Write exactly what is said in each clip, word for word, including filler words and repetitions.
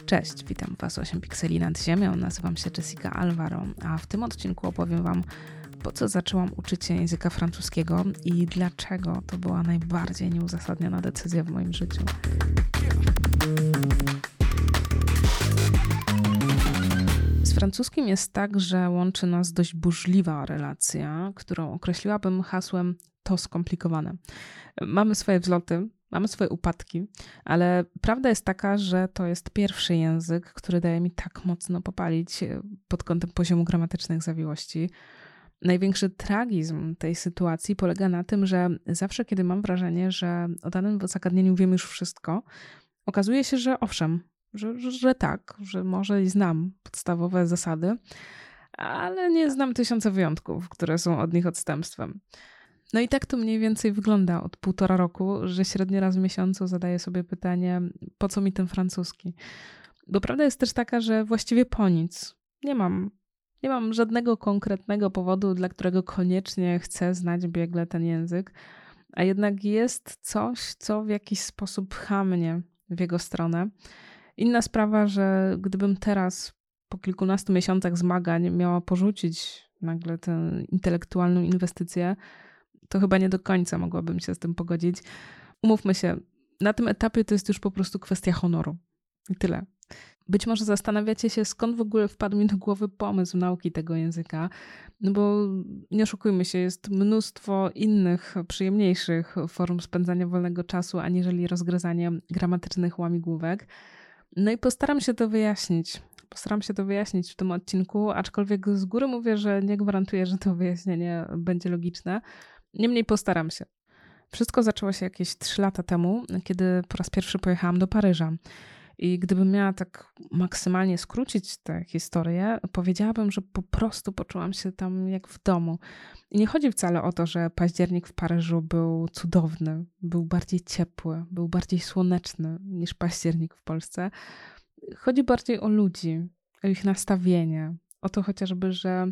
Cześć, witam Was osiem pikseli nad ziemią, nazywam się Jessica Alvaro, a w tym odcinku opowiem Wam, po co zaczęłam uczyć się języka francuskiego i dlaczego to była najbardziej nieuzasadniona decyzja w moim życiu. Z francuskim jest tak, że łączy nas dość burzliwa relacja, którą określiłabym hasłem to skomplikowane. Mamy swoje wzloty, mamy swoje upadki, ale prawda jest taka, że to jest pierwszy język, który daje mi tak mocno popalić pod kątem poziomu gramatycznych zawiłości. Największy tragizm tej sytuacji polega na tym, że zawsze, kiedy mam wrażenie, że o danym zagadnieniu wiem już wszystko, okazuje się, że owszem, że, że, że tak, że może i znam podstawowe zasady, ale nie znam tysiące wyjątków, które są od nich odstępstwem. No i tak to mniej więcej wygląda od półtora roku, że średnio raz w miesiącu zadaję sobie pytanie, po co mi ten francuski? Bo prawda jest też taka, że właściwie po nic. Nie mam, nie mam żadnego konkretnego powodu, dla którego koniecznie chcę znać biegle ten język, a jednak jest coś, co w jakiś sposób pcha mnie w jego stronę. Inna sprawa, że gdybym teraz po kilkunastu miesiącach zmagań miała porzucić nagle tę intelektualną inwestycję, to chyba nie do końca mogłabym się z tym pogodzić. Umówmy się, na tym etapie to jest już po prostu kwestia honoru. I tyle. Być może zastanawiacie się, skąd w ogóle wpadł mi do głowy pomysł nauki tego języka, no bo nie oszukujmy się, jest mnóstwo innych, przyjemniejszych form spędzania wolnego czasu, aniżeli rozgryzanie gramatycznych łamigłówek. No i postaram się to wyjaśnić. Postaram się to wyjaśnić w tym odcinku, aczkolwiek z góry mówię, że nie gwarantuję, że to wyjaśnienie będzie logiczne. Niemniej postaram się. Wszystko zaczęło się jakieś trzy lata temu, kiedy po raz pierwszy pojechałam do Paryża. I gdybym miała tak maksymalnie skrócić tę historię, powiedziałabym, że po prostu poczułam się tam jak w domu. I nie chodzi wcale o to, że październik w Paryżu był cudowny, był bardziej ciepły, był bardziej słoneczny niż październik w Polsce. Chodzi bardziej o ludzi, o ich nastawienie, o to chociażby, że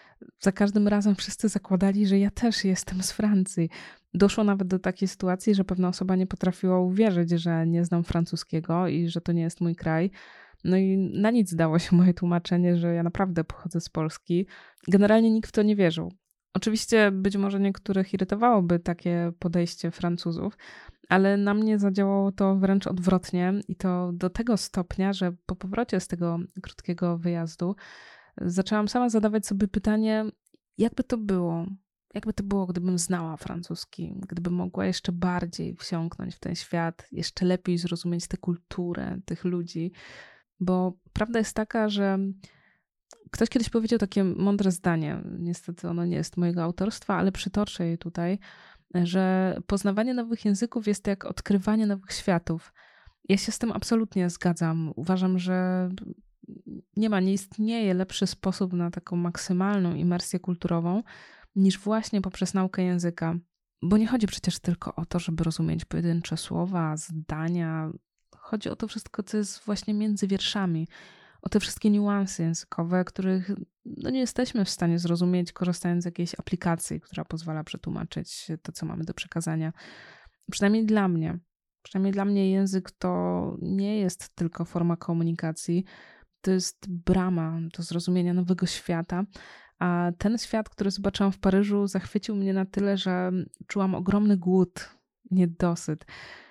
za każdym razem wszyscy zakładali, że ja też jestem z Francji. Doszło nawet do takiej sytuacji, że pewna osoba nie potrafiła uwierzyć, że nie znam francuskiego i że to nie jest mój kraj. No i na nic dało się moje tłumaczenie, że ja naprawdę pochodzę z Polski. Generalnie nikt w to nie wierzył. Oczywiście być może niektórych irytowałoby takie podejście Francuzów, ale na mnie zadziałało to wręcz odwrotnie i to do tego stopnia, że po powrocie z tego krótkiego wyjazdu zaczęłam sama zadawać sobie pytanie, jakby to było? Jakby to było, gdybym znała francuski, gdybym mogła jeszcze bardziej wsiąknąć w ten świat, jeszcze lepiej zrozumieć tę kulturę tych ludzi. Bo prawda jest taka, że ktoś kiedyś powiedział takie mądre zdanie, niestety ono nie jest mojego autorstwa, ale przytoczę je tutaj, że poznawanie nowych języków jest jak odkrywanie nowych światów. Ja się z tym absolutnie zgadzam. Uważam, że nie ma, nie istnieje lepszy sposób na taką maksymalną imersję kulturową niż właśnie poprzez naukę języka. Bo nie chodzi przecież tylko o to, żeby rozumieć pojedyncze słowa, zdania. Chodzi o to wszystko, co jest właśnie między wierszami. O te wszystkie niuanse językowe, których no nie jesteśmy w stanie zrozumieć, korzystając z jakiejś aplikacji, która pozwala przetłumaczyć to, co mamy do przekazania. Przynajmniej dla mnie. Przynajmniej dla mnie język to nie jest tylko forma komunikacji, to jest brama do zrozumienia nowego świata, a ten świat, który zobaczyłam w Paryżu, zachwycił mnie na tyle, że czułam ogromny głód, niedosyt.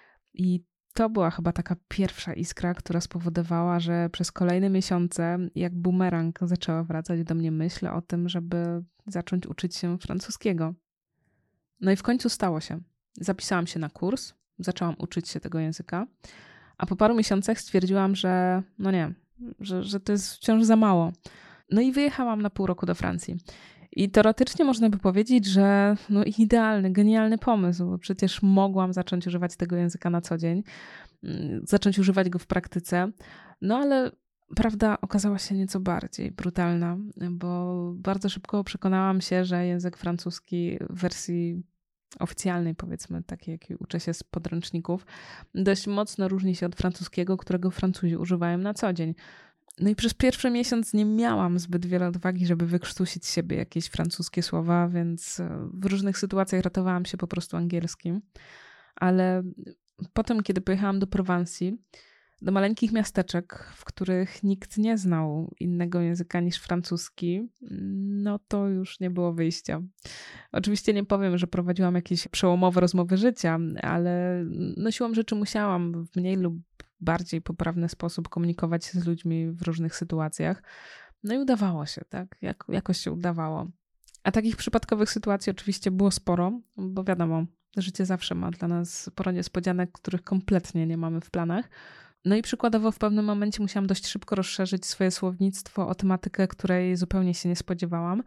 I to była chyba taka pierwsza iskra, która spowodowała, że przez kolejne miesiące, jak bumerang, zaczęła wracać do mnie myśl o tym, żeby zacząć uczyć się francuskiego. No i w końcu stało się. Zapisałam się na kurs, zaczęłam uczyć się tego języka, a po paru miesiącach stwierdziłam, że no nie, że, że to jest wciąż za mało. No i wyjechałam na pół roku do Francji. I teoretycznie można by powiedzieć, że no idealny, genialny pomysł, bo przecież mogłam zacząć używać tego języka na co dzień, zacząć używać go w praktyce, no ale prawda okazała się nieco bardziej brutalna, bo bardzo szybko przekonałam się, że język francuski w wersji oficjalnej, powiedzmy, takiej, jakiej uczę się z podręczników, dość mocno różni się od francuskiego, którego Francuzi używają na co dzień. No i przez pierwszy miesiąc nie miałam zbyt wiele odwagi, żeby wykrztusić z siebie jakieś francuskie słowa, więc w różnych sytuacjach ratowałam się po prostu angielskim. Ale potem, kiedy pojechałam do Prowansji, do maleńkich miasteczek, w których nikt nie znał innego języka niż francuski, no to już nie było wyjścia. Oczywiście nie powiem, że prowadziłam jakieś przełomowe rozmowy życia, ale no siłą rzeczy musiałam w mniej lub bardziej poprawny sposób komunikować się z ludźmi w różnych sytuacjach. No i udawało się, tak? Jak, jakoś się udawało. A takich przypadkowych sytuacji oczywiście było sporo, bo wiadomo, życie zawsze ma dla nas sporo niespodzianek, których kompletnie nie mamy w planach. No i przykładowo w pewnym momencie musiałam dość szybko rozszerzyć swoje słownictwo o tematykę, której zupełnie się nie spodziewałam,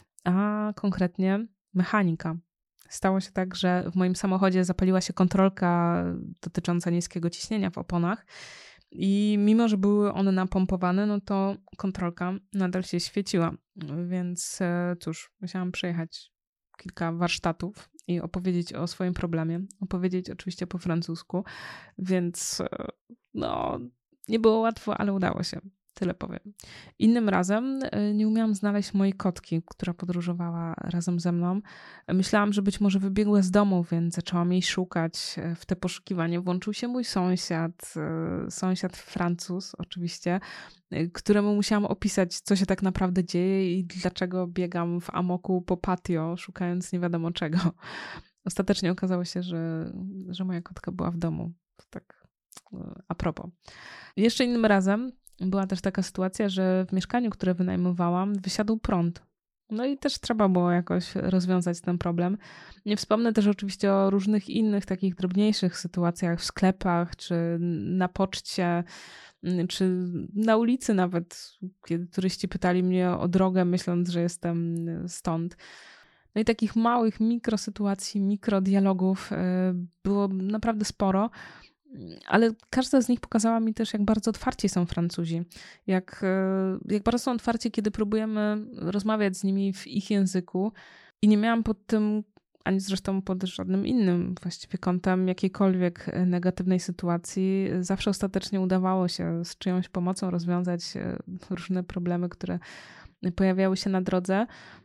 a konkretnie mechanika. Stało się tak, że w moim samochodzie zapaliła się kontrolka dotycząca niskiego ciśnienia w oponach i mimo, że były one napompowane, no to kontrolka nadal się świeciła. Więc cóż, musiałam przejechać kilka warsztatów i opowiedzieć o swoim problemie. Opowiedzieć oczywiście po francusku, więc no nie było łatwo, ale udało się. Tyle powiem. Innym razem nie umiałam znaleźć mojej kotki, która podróżowała razem ze mną. Myślałam, że być może wybiegła z domu, więc zaczęłam jej szukać. W te poszukiwanie włączył się mój sąsiad, sąsiad Francuz oczywiście, któremu musiałam opisać, co się tak naprawdę dzieje i dlaczego biegam w amoku po patio, szukając nie wiadomo czego. Ostatecznie okazało się, że, że moja kotka była w domu. Tak a propos. Jeszcze innym razem była też taka sytuacja, że w mieszkaniu, które wynajmowałam, wysiadł prąd. No i też trzeba było jakoś rozwiązać ten problem. Nie wspomnę też oczywiście o różnych innych takich drobniejszych sytuacjach w sklepach, czy na poczcie, czy na ulicy nawet, kiedy turyści pytali mnie o drogę, myśląc, że jestem stąd. No i takich małych mikrosytuacji, mikrodialogów było naprawdę sporo. Ale każda z nich pokazała mi też, jak bardzo otwarci są Francuzi. Jak, jak bardzo są otwarci, kiedy próbujemy rozmawiać z nimi w ich języku. I nie miałam pod tym, ani zresztą pod żadnym innym właściwie kątem jakiejkolwiek negatywnej sytuacji. Zawsze ostatecznie udawało się z czyjąś pomocą rozwiązać różne problemy, które pojawiały się na drodze.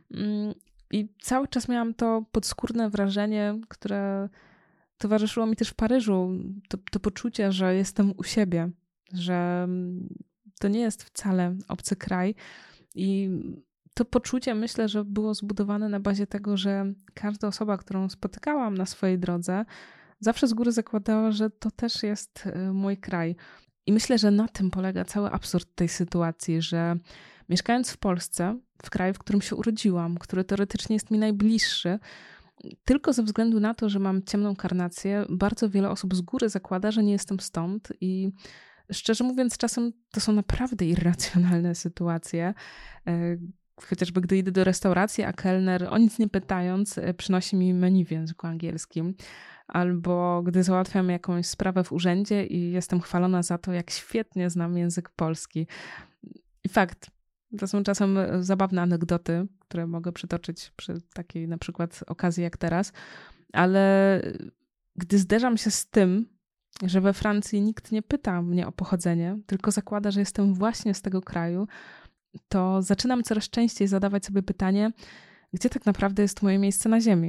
I cały czas miałam to podskórne wrażenie, które towarzyszyło mi też w Paryżu, to, to poczucie, że jestem u siebie, że to nie jest wcale obcy kraj i to poczucie myślę, że było zbudowane na bazie tego, że każda osoba, którą spotykałam na swojej drodze, zawsze z góry zakładała, że to też jest mój kraj. I myślę, że na tym polega cały absurd tej sytuacji, że mieszkając w Polsce, w kraju, w którym się urodziłam, który teoretycznie jest mi najbliższy, tylko ze względu na to, że mam ciemną karnację, bardzo wiele osób z góry zakłada, że nie jestem stąd i szczerze mówiąc czasem to są naprawdę irracjonalne sytuacje. Chociażby gdy idę do restauracji, a kelner o nic nie pytając przynosi mi menu w języku angielskim. Albo gdy załatwiam jakąś sprawę w urzędzie i jestem chwalona za to, jak świetnie znam język polski. I fakt, to są czasem zabawne anegdoty, które mogę przytoczyć przy takiej na przykład okazji jak teraz, ale gdy zderzam się z tym, że we Francji nikt nie pyta mnie o pochodzenie, tylko zakłada, że jestem właśnie z tego kraju, to zaczynam coraz częściej zadawać sobie pytanie, gdzie tak naprawdę jest moje miejsce na ziemi.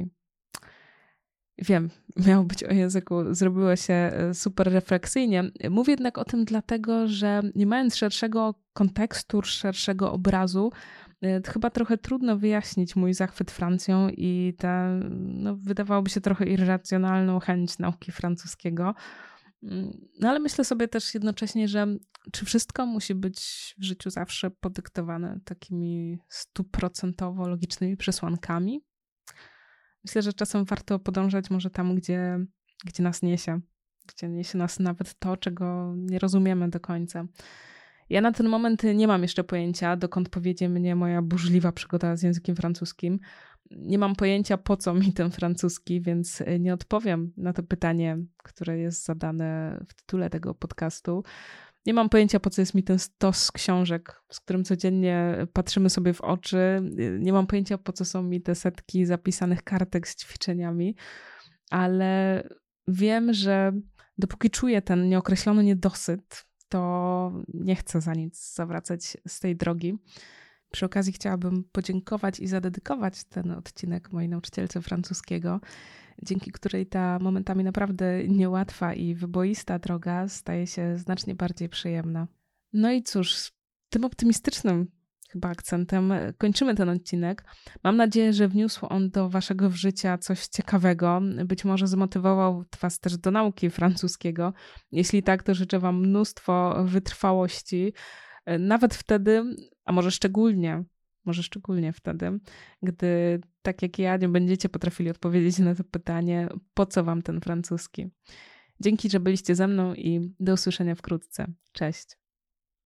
Wiem, miało być o języku, zrobiło się super refleksyjnie. Mówię jednak o tym dlatego, że nie mając szerszego kontekstu, szerszego obrazu, chyba trochę trudno wyjaśnić mój zachwyt Francją i tę, no, wydawałoby się trochę irracjonalną chęć nauki francuskiego. No ale myślę sobie też jednocześnie, że czy wszystko musi być w życiu zawsze podyktowane takimi stuprocentowo logicznymi przesłankami? Myślę, że czasem warto podążać może tam, gdzie, gdzie nas niesie, gdzie niesie nas nawet to, czego nie rozumiemy do końca. Ja na ten moment nie mam jeszcze pojęcia, dokąd powiedzie mnie moja burzliwa przygoda z językiem francuskim. Nie mam pojęcia, po co mi ten francuski, więc nie odpowiem na to pytanie, które jest zadane w tytule tego podcastu. Nie mam pojęcia, po co jest mi ten stos książek, z którym codziennie patrzymy sobie w oczy. Nie mam pojęcia, po co są mi te setki zapisanych kartek z ćwiczeniami, ale wiem, że dopóki czuję ten nieokreślony niedosyt, to nie chcę za nic zawracać z tej drogi. Przy okazji chciałabym podziękować i zadedykować ten odcinek mojej nauczycielce francuskiego, dzięki której ta momentami naprawdę niełatwa i wyboista droga staje się znacznie bardziej przyjemna. No i cóż, tym optymistycznym chyba akcentem kończymy ten odcinek. Mam nadzieję, że wniósł on do waszego życia coś ciekawego. Być może zmotywował was też do nauki francuskiego. Jeśli tak, to życzę wam mnóstwo wytrwałości. Nawet wtedy, a może szczególnie, może szczególnie wtedy, gdy tak jak ja nie będziecie potrafili odpowiedzieć na to pytanie, po co wam ten francuski. Dzięki, że byliście ze mną i do usłyszenia wkrótce. Cześć.